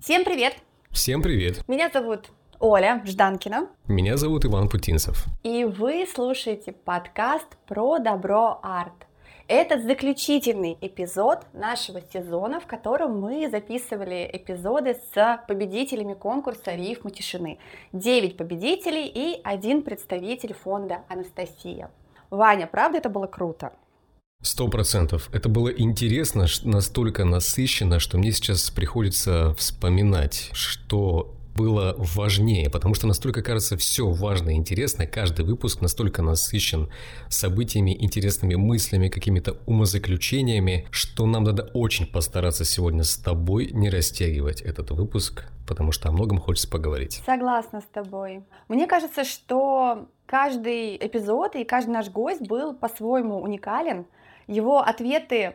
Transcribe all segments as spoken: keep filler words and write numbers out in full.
Всем привет! Всем привет! Меня зовут Оля Жданкина. Меня зовут Иван Путинцев. И вы слушаете подкаст про добро арт. Это заключительный эпизод нашего сезона, в котором мы записывали эпизоды с победителями конкурса «Рифмы тишины». Девять победителей и один представитель фонда «Анастасия». Ваня, правда это было круто? Сто процентов. Это было интересно, настолько насыщенно, что мне сейчас приходится вспоминать, что было важнее, потому что настолько, кажется, все важно и интересно, каждый выпуск настолько насыщен событиями, интересными мыслями, какими-то умозаключениями, что нам надо очень постараться сегодня с тобой не растягивать этот выпуск, потому что о многом хочется поговорить. Согласна с тобой. Мне кажется, что каждый эпизод и каждый наш гость был по-своему уникален. Его ответы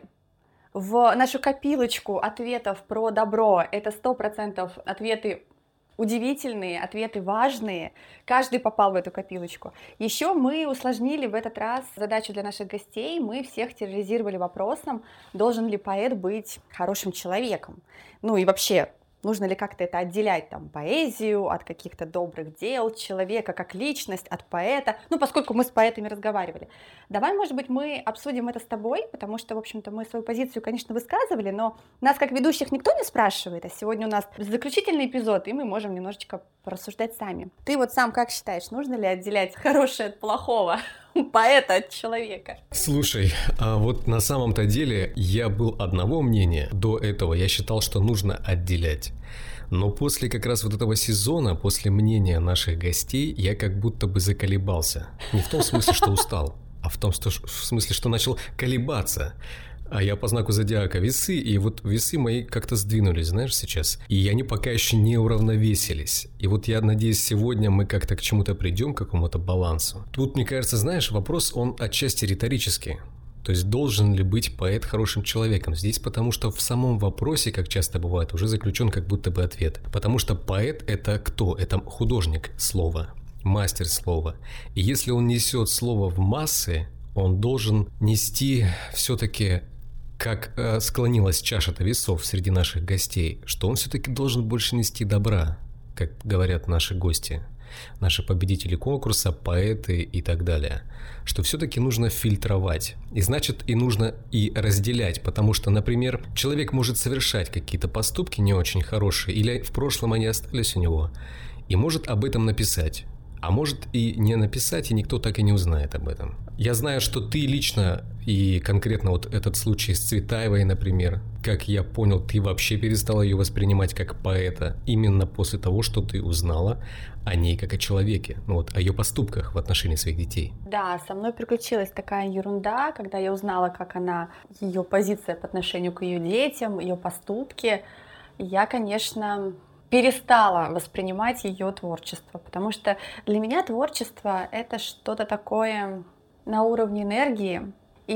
в нашу копилочку ответов про добро — это сто процентов ответы удивительные, ответы важные. Каждый попал в эту копилочку. Еще мы усложнили в этот раз задачу для наших гостей. Мы всех терроризировали вопросом, должен ли поэт быть хорошим человеком. Ну и вообще, нужно ли как-то это отделять, там, поэзию от каких-то добрых дел, человека как личность от поэта, ну, поскольку мы с поэтами разговаривали. Давай, может быть, мы обсудим это с тобой, потому что, в общем-то, мы свою позицию, конечно, высказывали, но нас, как ведущих, никто не спрашивает, а сегодня у нас заключительный эпизод, и мы можем немножечко порассуждать сами. Ты вот сам как считаешь, нужно ли отделять хорошее от плохого, поэта от человека? Слушай, а вот на самом-то деле я был одного мнения до этого, я считал, что нужно отделять. Но после как раз вот этого сезона, после мнения наших гостей, я как будто бы заколебался. Не в том смысле, что устал, а в том что, в смысле, что начал колебаться. А я по знаку зодиака весы, и вот весы мои как-то сдвинулись, знаешь, сейчас. И они пока еще не уравновесились. И вот я надеюсь, сегодня мы как-то к чему-то придем, к какому-то балансу. Тут, мне кажется, знаешь, вопрос, он отчасти риторический. То есть, должен ли быть поэт хорошим человеком? Здесь потому, что в самом вопросе, как часто бывает, уже заключен как будто бы ответ. Потому что поэт — это кто? Это художник слова, мастер слова. И если он несет слово в массы, он должен нести все-таки, как э, склонилась чаша-то весов среди наших гостей, что он все-таки должен больше нести добра, как говорят наши гости, наши победители конкурса, поэты и так далее, что все-таки нужно фильтровать, и значит и нужно и разделять, потому что, например, человек может совершать какие-то поступки не очень хорошие, или в прошлом они остались у него, и может об этом написать. А может и не написать, и никто так и не узнает об этом. Я знаю, что ты лично, и конкретно вот этот случай с Цветаевой, например, как я понял, ты вообще перестала ее воспринимать как поэта именно после того, что ты узнала о ней как о человеке, ну вот о ее поступках в отношении своих детей. Да, со мной приключилась такая ерунда, когда я узнала, как она, ее позиция по отношению к ее детям, ее поступки. Я, конечно, перестала воспринимать ее творчество, потому что для меня творчество — это что-то такое на уровне энергии,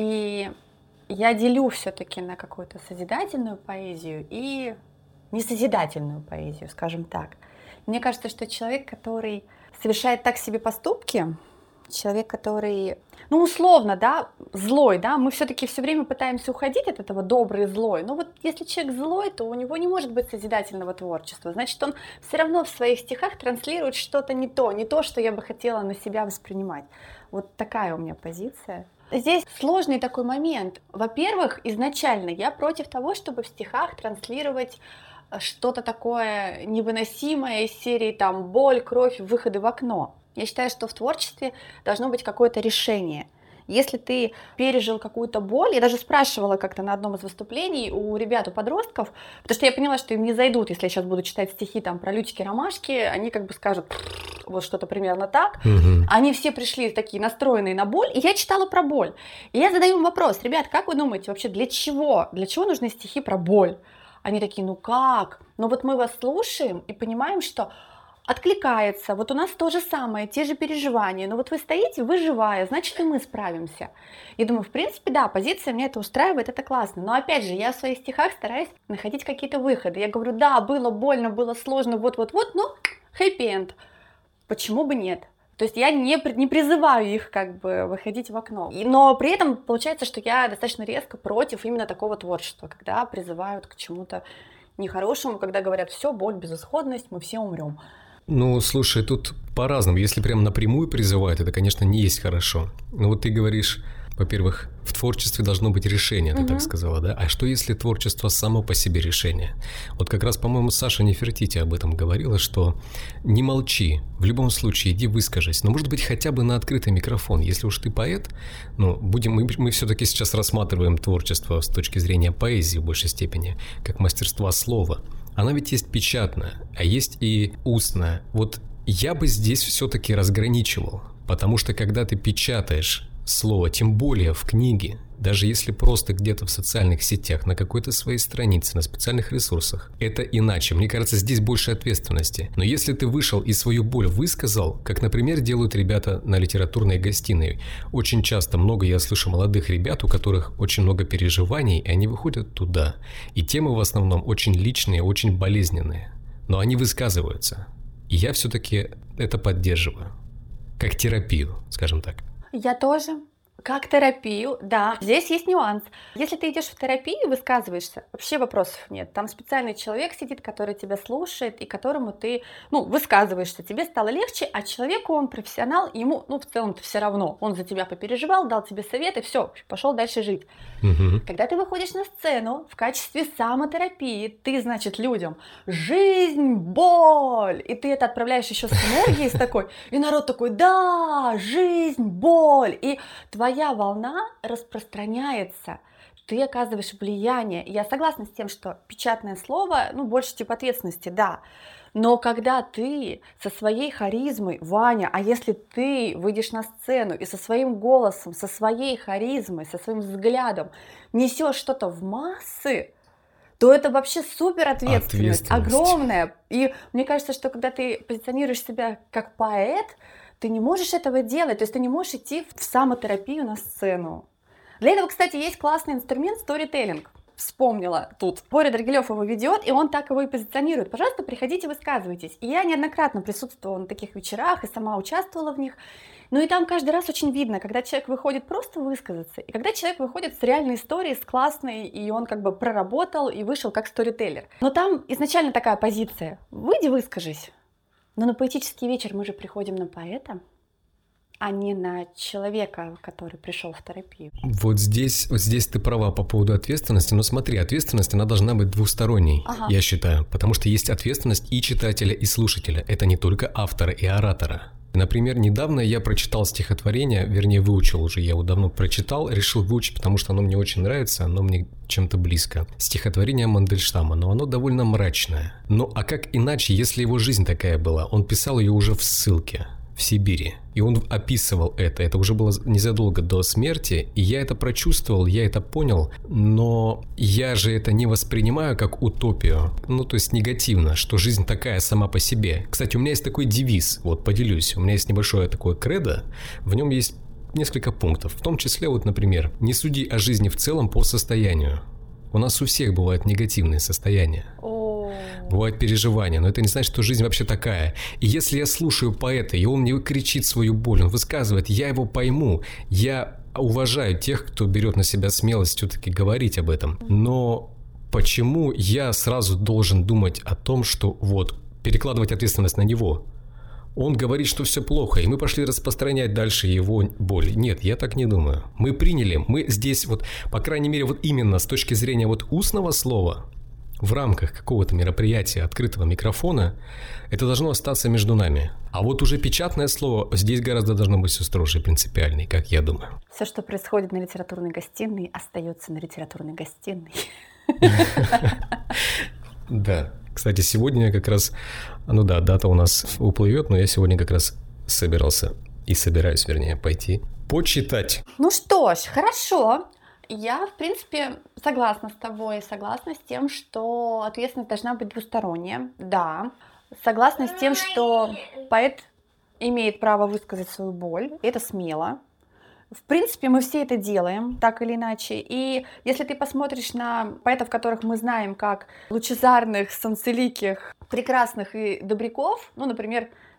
и я делю все-таки на какую-то созидательную поэзию и несозидательную поэзию, скажем так. Мне кажется, что человек, который совершает так себе поступки, человек, который, ну, условно, да, злой, да, мы все-таки все время пытаемся уходить от этого добрый и злой, но вот если человек злой, то у него не может быть созидательного творчества, значит, он все равно в своих стихах транслирует что-то не то, не то, что я бы хотела на себя воспринимать. Вот такая у меня позиция. Здесь сложный такой момент. Во-первых, изначально я против того, чтобы в стихах транслировать что-то такое невыносимое из серии там боль, кровь, выходы в окно. Я считаю, что в творчестве должно быть какое-то решение. Если ты пережил какую-то боль, я даже спрашивала как-то на одном из выступлений у ребят, у подростков, потому что я поняла, что им не зайдут, если я сейчас буду читать стихи там про лютики-ромашки, они как бы скажут вот что-то примерно так. Угу. Они все пришли такие настроенные на боль, и я читала про боль. И я задаю им вопрос: ребят, как вы думаете, вообще для чего? Для чего нужны стихи про боль? Они такие: ну как? Ну вот мы вас слушаем и понимаем, что откликается, вот у нас то же самое, те же переживания, но вот вы стоите, вы живая, значит и мы справимся. Я думаю, в принципе, да, позиция меня это устраивает, это классно, но опять же, я в своих стихах стараюсь находить какие-то выходы. Я говорю, да, было больно, было сложно, вот-вот-вот, но хэппи-энд. Почему бы нет? То есть я не, не призываю их как бы выходить в окно. И, но при этом получается, что я достаточно резко против именно такого творчества, когда призывают к чему-то нехорошему, когда говорят: все, боль, безысходность, мы все умрем. Ну, слушай, тут по-разному. Если прям напрямую призывают, это, конечно, не есть хорошо. Но вот ты говоришь, во-первых, в творчестве должно быть решение, ты угу. так сказала, да? А что если творчество само по себе решение? Вот как раз, по-моему, Саша Нефертити об этом говорила, что не молчи, в любом случае иди выскажись. Но, может быть, хотя бы на открытый микрофон. Если уж ты поэт, ну, будем, мы, мы все-таки сейчас рассматриваем творчество с точки зрения поэзии в большей степени, как мастерства слова. Она ведь есть печатная, а есть и устная. Вот я бы здесь все-таки разграничивал, потому что когда ты печатаешь слово, тем более в книге, даже если просто где-то в социальных сетях, на какой-то своей странице, на специальных ресурсах, это иначе. Мне кажется, здесь больше ответственности. Но если ты вышел и свою боль высказал, как, например, делают ребята на литературной гостиной, очень часто много я слышу молодых ребят, у которых очень много переживаний, и они выходят туда. И темы в основном очень личные, очень болезненные. Но они высказываются. И я все-таки это поддерживаю. Как терапию, скажем так. Я тоже. Как терапию, да. Здесь есть нюанс. Если ты идешь в терапию и высказываешься, вообще вопросов нет. Там специальный человек сидит, который тебя слушает и которому ты, ну, высказываешься. Тебе стало легче, а человеку, он профессионал, ему, ну, в целом-то все равно. Он за тебя попереживал, дал тебе совет и все, пошел дальше жить. Угу. Когда ты выходишь на сцену в качестве самотерапии, ты, значит, людям жизнь, боль, и ты это отправляешь еще с энергией с такой, и народ такой: да, жизнь, боль, и твоя Твоя волна распространяется, ты оказываешь влияние. Я согласна с тем, что печатное слово, ну, больше типа ответственности, да. Но когда ты со своей харизмой, Ваня, а если ты выйдешь на сцену и со своим голосом, со своей харизмой, со своим взглядом несешь что-то в массы, то это вообще супер ответственность, огромная. И мне кажется, что когда ты позиционируешь себя как поэт, ты не можешь этого делать, то есть ты не можешь идти в самотерапию на сцену. Для этого, кстати, есть классный инструмент сторителлинг. Вспомнила тут. Боря Драгилев его ведет, и он так его и позиционирует. Пожалуйста, приходите, высказывайтесь. И я неоднократно присутствовала на таких вечерах и сама участвовала в них. Ну и там каждый раз очень видно, когда человек выходит просто высказаться, и когда человек выходит с реальной историей, с классной, и он как бы проработал и вышел как сторителлер. Но там изначально такая позиция: выйди, выскажись. Но на поэтический вечер мы же приходим на поэта, а не на человека, который пришел в терапию. Вот здесь, вот здесь ты права по поводу ответственности, но смотри, ответственность, она должна быть двусторонней, ага. я считаю, потому что есть ответственность и читателя, и слушателя, это не только автора и оратора. Например, недавно я прочитал стихотворение, вернее, выучил уже, я его давно прочитал, решил выучить, потому что оно мне очень нравится, оно мне чем-то близко. Стихотворение Мандельштама, но оно довольно мрачное. Ну а как иначе, если его жизнь такая была? Он писал ее уже в ссылке в Сибири, и он описывал это, это уже было незадолго до смерти, и я это прочувствовал, я это понял, но я же это не воспринимаю как утопию, ну то есть негативно, что жизнь такая сама по себе. Кстати, у меня есть такой девиз, вот поделюсь, у меня есть небольшое такое кредо, в нем есть несколько пунктов, в том числе вот, например, не суди о жизни в целом по состоянию. У нас у всех бывают негативные состояния. Бывают переживания, но это не значит, что жизнь вообще такая. И если я слушаю поэта, и он мне кричит свою боль, он высказывает, я его пойму, я уважаю тех, кто берет на себя смелость все-таки говорить об этом. Но почему я сразу должен думать о том, что вот, перекладывать ответственность на него? Он говорит, что все плохо, и мы пошли распространять дальше его боль. Нет, я так не думаю. Мы приняли, мы здесь вот, по крайней мере, вот именно с точки зрения вот устного слова, в рамках какого-то мероприятия, открытого микрофона, это должно остаться между нами. А вот уже печатное слово здесь гораздо должно быть все строже и принципиальнее, как я думаю. Все, что происходит на литературной гостиной, остается на литературной гостиной. Да. Кстати, сегодня как раз, ну да, дата у нас уплывет, но я сегодня как раз собирался и собираюсь, вернее, пойти почитать. Ну что ж, хорошо. Я, в принципе, согласна с тобой, согласна с тем, что ответственность должна быть двусторонняя, да. Согласна с тем, что поэт имеет право высказать свою боль, это смело. В принципе, мы все это делаем, так или иначе. И если ты посмотришь на поэтов, которых мы знаем как лучезарных, солнцеликих, прекрасных и добряков, ну, например,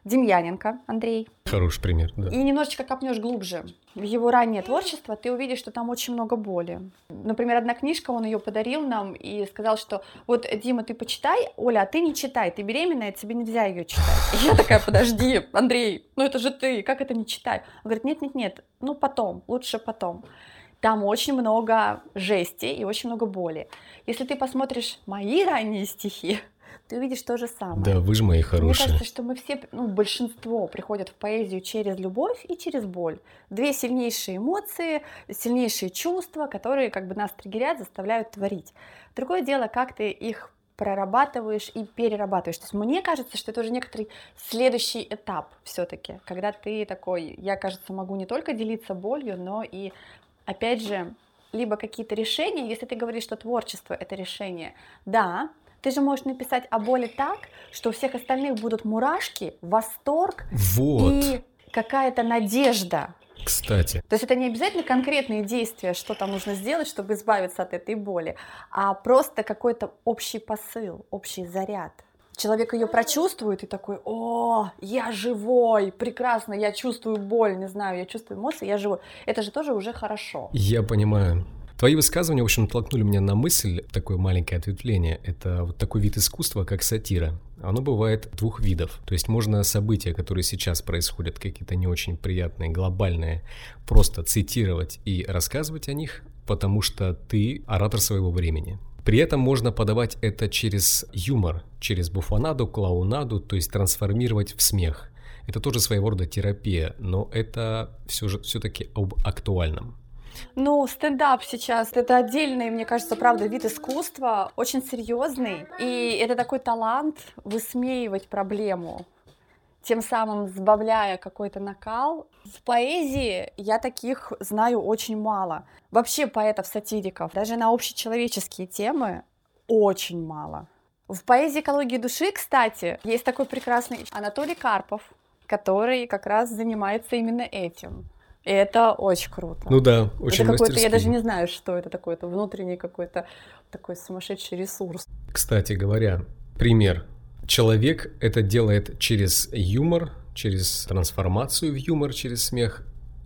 Демьяненко Андрей. Хороший пример, да. И немножечко копнешь глубже в его раннее творчество, ты увидишь, что там очень много боли. Например, одна книжка, он ее подарил нам и сказал, что вот, Дима, ты почитай, Оля, а ты не читай, ты беременная, тебе нельзя ее читать. И я такая, подожди, Андрей, ну это же ты, как это не читай? Он говорит, нет-нет-нет, ну потом, лучше потом. Там очень много жести и очень много боли. Если ты посмотришь мои ранние стихи, ты увидишь то же самое. Да, вы же мои хорошие. Мне кажется, что мы все, ну, большинство приходят в поэзию через любовь и через боль. Две сильнейшие эмоции, сильнейшие чувства, которые как бы нас триггерят, заставляют творить. Другое дело, как ты их прорабатываешь и перерабатываешь. То есть мне кажется, что это уже некоторый следующий этап все-таки, когда ты такой, я, кажется, могу не только делиться болью, но и, опять же, либо какие-то решения, если ты говоришь, что творчество — это решение, да, ты же можешь написать о боли так, что у всех остальных будут мурашки, восторг вот. И какая-то надежда. Кстати. То есть это не обязательно конкретные действия, что там нужно сделать, чтобы избавиться от этой боли, а просто какой-то общий посыл, общий заряд. Человек ее прочувствует и такой: о, я живой, прекрасно, я чувствую боль, не знаю, я чувствую эмоции, я живой. Это же тоже уже хорошо. Я понимаю. Твои высказывания, в общем, толкнули меня на мысль, такое маленькое ответвление. Это вот такой вид искусства, как сатира. Оно бывает двух видов. То есть можно события, которые сейчас происходят, какие-то не очень приятные, глобальные, просто цитировать и рассказывать о них, потому что ты оратор своего времени. При этом можно подавать это через юмор, через буфонаду, клоунаду, то есть трансформировать в смех. Это тоже своего рода терапия, но это все же все-таки об актуальном. Ну, стендап сейчас — это отдельный, мне кажется, правда, вид искусства, очень серьезный, и это такой талант высмеивать проблему, тем самым сбавляя какой-то накал. В поэзии я таких знаю очень мало. Вообще поэтов-сатириков, даже на общечеловеческие темы, очень мало. В поэзии экологии души, кстати, есть такой прекрасный Анатолий Карпов, который как раз занимается именно этим. И это очень круто. Ну да, очень это какой-то, мастерски. Я даже не знаю, что это такое, это внутренний какой-то такой сумасшедший ресурс. Кстати говоря, пример. Человек это делает через юмор, через трансформацию в юмор, через смех.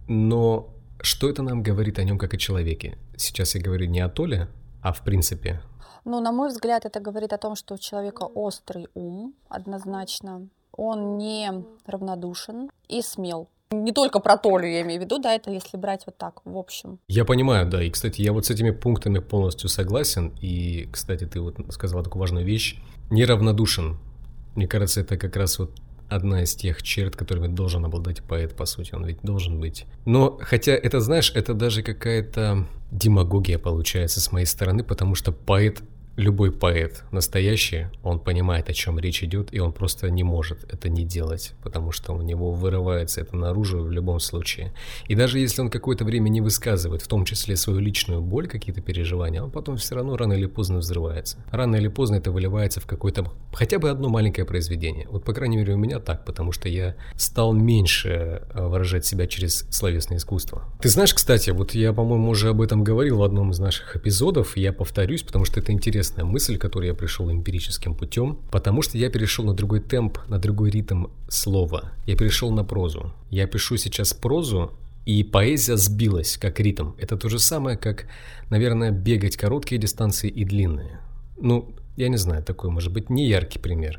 Но что это нам говорит о нем как о человеке? Сейчас я говорю не о Толе, а в принципе. Ну, на мой взгляд, это говорит о том, что у человека острый ум, однозначно. Он не равнодушен и смел. Не только про Толю я имею в виду, да, это если брать вот так, в общем. Я понимаю, да, и, кстати, я вот с этими пунктами полностью согласен, и, кстати, ты вот сказала такую важную вещь, неравнодушен. Мне кажется, это как раз вот одна из тех черт, которыми должен обладать поэт, по сути, он ведь должен быть. Но, хотя это, знаешь, это даже какая-то демагогия получается с моей стороны, потому что поэт... Любой поэт настоящий, он понимает, о чем речь идет, и он просто не может это не делать, потому что у него вырывается это наружу в любом случае. И даже если он какое-то время не высказывает, в том числе свою личную боль, какие-то переживания, он потом все равно рано или поздно взрывается. Рано или поздно это выливается в какое-то, хотя бы одно маленькое произведение. Вот, по крайней мере, у меня так, потому что я стал меньше выражать себя через словесное искусство. Ты знаешь, кстати, вот я, по-моему, уже об этом говорил в одном из наших эпизодов, я повторюсь, потому что это интересно. Мысль, к которой я пришел эмпирическим путем, потому что я перешел на другой темп, на другой ритм слова. Я перешел на прозу. Я пишу сейчас прозу, и поэзия сбилась, как ритм. Это то же самое, как, наверное, бегать короткие дистанции и длинные. Ну, я не знаю, такой, может быть, не яркий пример.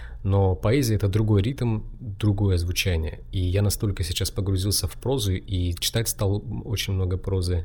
Но поэзия — это другой ритм, другое звучание. И я настолько сейчас погрузился в прозу и читать стал очень много прозы,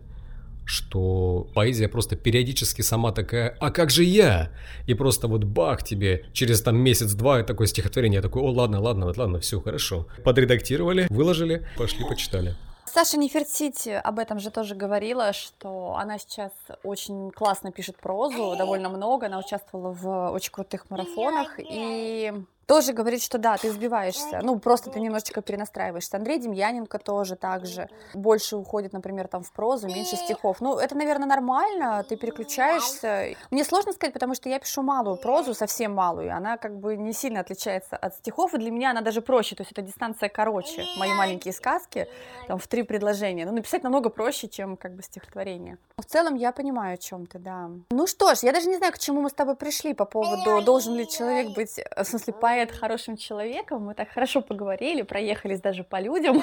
что поэзия просто периодически сама такая: а как же я? И просто вот бах тебе, через там месяц-два такое стихотворение, я такой: о, ладно, ладно, вот ладно, все хорошо. Подредактировали, выложили, пошли почитали. Саша Нефертити об этом же тоже говорила, что она сейчас очень классно пишет прозу, довольно много, она участвовала в очень крутых марафонах, и тоже говорит, что да, ты сбиваешься, ну, просто ты немножечко перенастраиваешься. Андрей Демьяненко тоже так же, больше уходит, например, там в прозу, меньше стихов. Ну, это, наверное, нормально, ты переключаешься. Мне сложно сказать, потому что я пишу малую прозу, совсем малую, она как бы не сильно отличается от стихов, и для меня она даже проще, то есть эта дистанция короче. Мои маленькие сказки, там, в три предложения, ну, написать намного проще, чем как бы стихотворение. В целом я понимаю, о чем ты, да. Ну что ж, я даже не знаю, к чему мы с тобой пришли по поводу, должен ли человек быть, в смысле, поэт, поэт хорошим человеком, мы так хорошо поговорили, проехались даже по людям.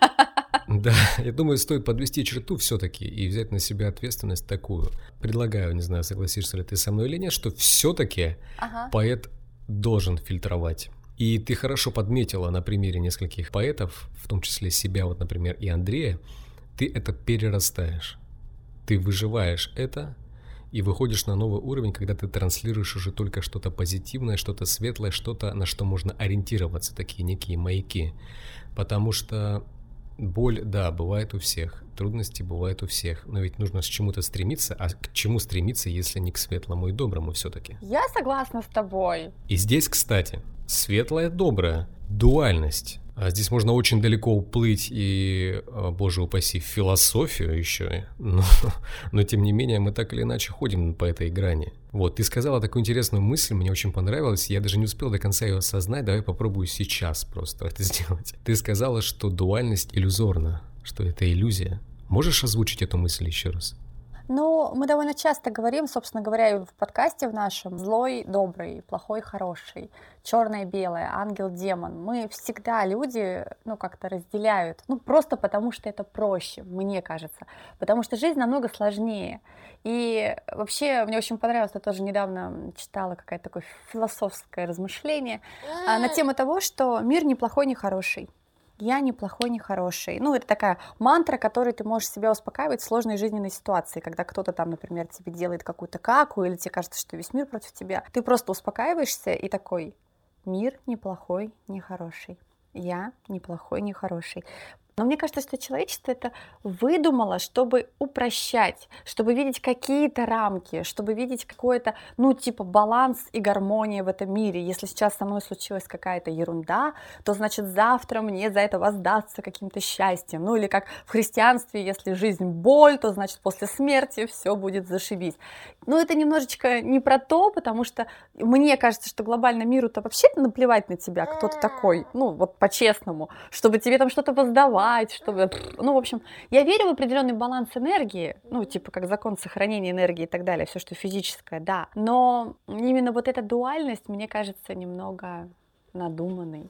Да, я думаю, стоит подвести черту все-таки и взять на себя ответственность такую. Предлагаю, не знаю, согласишься ли ты со мной или нет, что все-таки ага. поэт должен фильтровать. И ты хорошо подметила на примере нескольких поэтов, в том числе себя, вот, например, и Андрея, ты это перерастаешь. Ты выживаешь это и выходишь на новый уровень, когда ты транслируешь уже только что-то позитивное, что-то светлое, что-то, на что можно ориентироваться, такие некие маяки. Потому что боль, да, бывает у всех, трудности бывают у всех, но ведь нужно к чему-то стремиться, а к чему стремиться, если не к светлому и доброму все-таки? Я согласна с тобой. И здесь, кстати, светлое, доброе, дуальность. А здесь можно очень далеко уплыть и, боже упаси, в философию еще, но, но тем не менее мы так или иначе ходим по этой грани. Вот, ты сказала такую интересную мысль, мне очень понравилось, я даже не успел до конца ее осознать, давай попробую сейчас просто это сделать. Ты сказала, что дуальность иллюзорна, что это иллюзия. Можешь озвучить эту мысль еще раз? Ну, мы довольно часто говорим, собственно говоря, и в подкасте в нашем: злой, добрый, плохой, хороший, черное, белое, ангел, демон. Мы всегда, люди, ну, как-то разделяют, ну, просто потому что это проще, мне кажется, потому что жизнь намного сложнее. И вообще, мне очень понравилось, я тоже недавно читала какое-то такое философское размышление на тему того, что мир не плохой, не хороший. Я не плохой, не хороший. Ну, это такая мантра, которой ты можешь себя успокаивать в сложной жизненной ситуации, когда кто-то там, например, тебе делает какую-то каку, или тебе кажется, что весь мир против тебя. Ты просто успокаиваешься и такой: мир не плохой, не хороший. Я не плохой, не хороший. Но мне кажется, что человечество это выдумало, чтобы упрощать, чтобы видеть какие-то рамки, чтобы видеть какой-то, ну, типа, баланс и гармония в этом мире. Если сейчас со мной случилась какая-то ерунда, то, значит, завтра мне за это воздастся каким-то счастьем. Ну, или как в христианстве, если жизнь боль, то, значит, после смерти все будет зашибись. Но это немножечко не про то, потому что мне кажется, что глобально миру-то вообще наплевать на тебя, кто ты такой, ну, вот по-честному, чтобы тебе там что-то воздавать, чтобы, ну, в общем, я верю в определенный баланс энергии, ну, типа как закон сохранения энергии и так далее, все, что физическое, да, но именно вот эта дуальность, мне кажется, немного надуманной.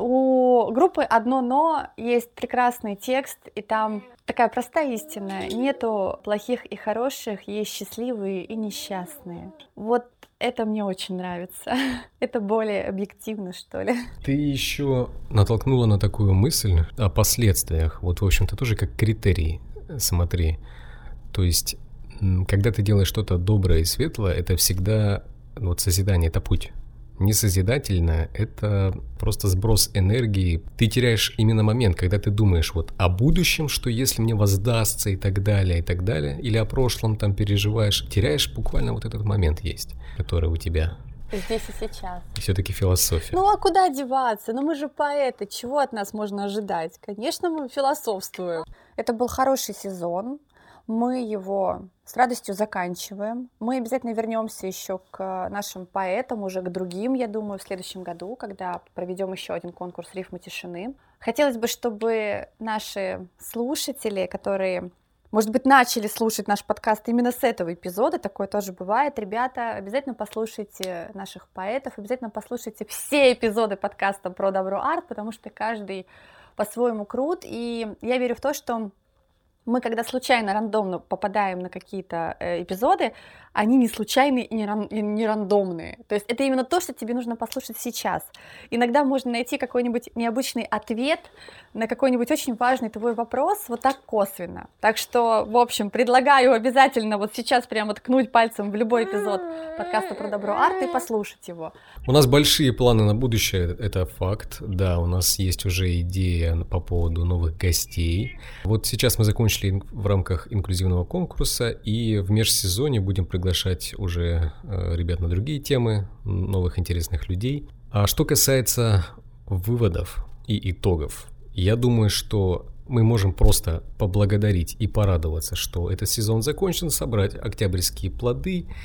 У группы «Одно но» есть прекрасный текст, и там такая простая истина: нету плохих и хороших, есть счастливые и несчастные. Вот это мне очень нравится. Это более объективно, что ли. Ты еще натолкнула на такую мысль о последствиях. Вот, в общем-то, тоже как критерий, смотри. То есть, когда ты делаешь что-то доброе и светлое, это всегда, вот созидание, это путь. Несозидательное — это просто сброс энергии. Ты теряешь именно момент, когда ты думаешь вот о будущем, что если мне воздастся и так далее, и так далее, или о прошлом там переживаешь, теряешь буквально вот этот момент есть, который у тебя. Здесь и сейчас. Все-таки философия. Ну а куда деваться? Ну мы же поэты, чего от нас можно ожидать? Конечно, мы философствуем. Это был хороший сезон. Мы его с радостью заканчиваем. Мы обязательно вернемся еще к нашим поэтам, уже к другим, я думаю, в следующем году, когда проведем еще один конкурс «Рифмы тишины». Хотелось бы, чтобы наши слушатели, которые, может быть, начали слушать наш подкаст именно с этого эпизода, такое тоже бывает, ребята, обязательно послушайте наших поэтов, обязательно послушайте все эпизоды подкаста про Добро Арт, потому что каждый по-своему крут, и я верю в то, что мы, когда случайно, рандомно попадаем на какие-то э, эпизоды, они не случайные и не, ран, и не рандомные. То есть это именно то, что тебе нужно послушать сейчас. Иногда можно найти какой-нибудь необычный ответ на какой-нибудь очень важный твой вопрос вот так косвенно. Так что, в общем, предлагаю обязательно вот сейчас прямо ткнуть пальцем в любой эпизод подкаста про Добро Арт и послушать его. У нас большие планы на будущее, это факт. Да, у нас есть уже идея по поводу новых гостей. Вот сейчас мы закончили в рамках инклюзивного конкурса, и в межсезонье будем приглашать уже э, ребят на другие темы, новых интересных людей. А что касается выводов и итогов, я думаю, что мы можем просто поблагодарить и порадоваться, что этот сезон закончен, собрать октябрьские плоды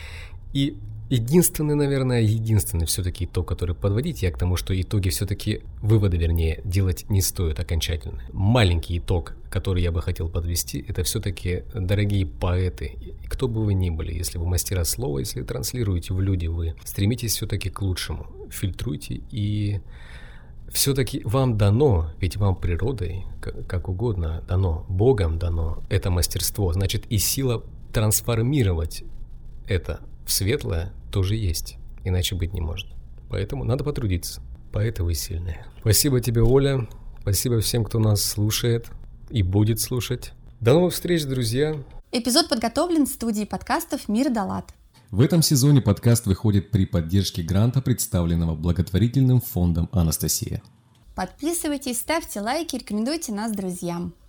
И единственный, наверное, единственный все-таки итог, который подводить я к тому, что итоги все-таки, выводы, вернее, делать не стоит окончательно. Маленький итог, который я бы хотел подвести, это все-таки, дорогие поэты, кто бы вы ни были, если вы мастера слова, если транслируете в люди, вы стремитесь все-таки к лучшему, фильтруйте, и все-таки вам дано, ведь вам природой, как угодно, дано, Богом дано это мастерство, значит и сила трансформировать это в светлое тоже есть, иначе быть не может. Поэтому надо потрудиться. Поэты вы сильные. Спасибо тебе, Оля. Спасибо всем, кто нас слушает и будет слушать. До новых встреч, друзья. Эпизод подготовлен в студии подкастов «Мир Далат». В этом сезоне подкаст выходит при поддержке гранта, представленного благотворительным фондом «Анастасия». Подписывайтесь, ставьте лайки, рекомендуйте нас друзьям.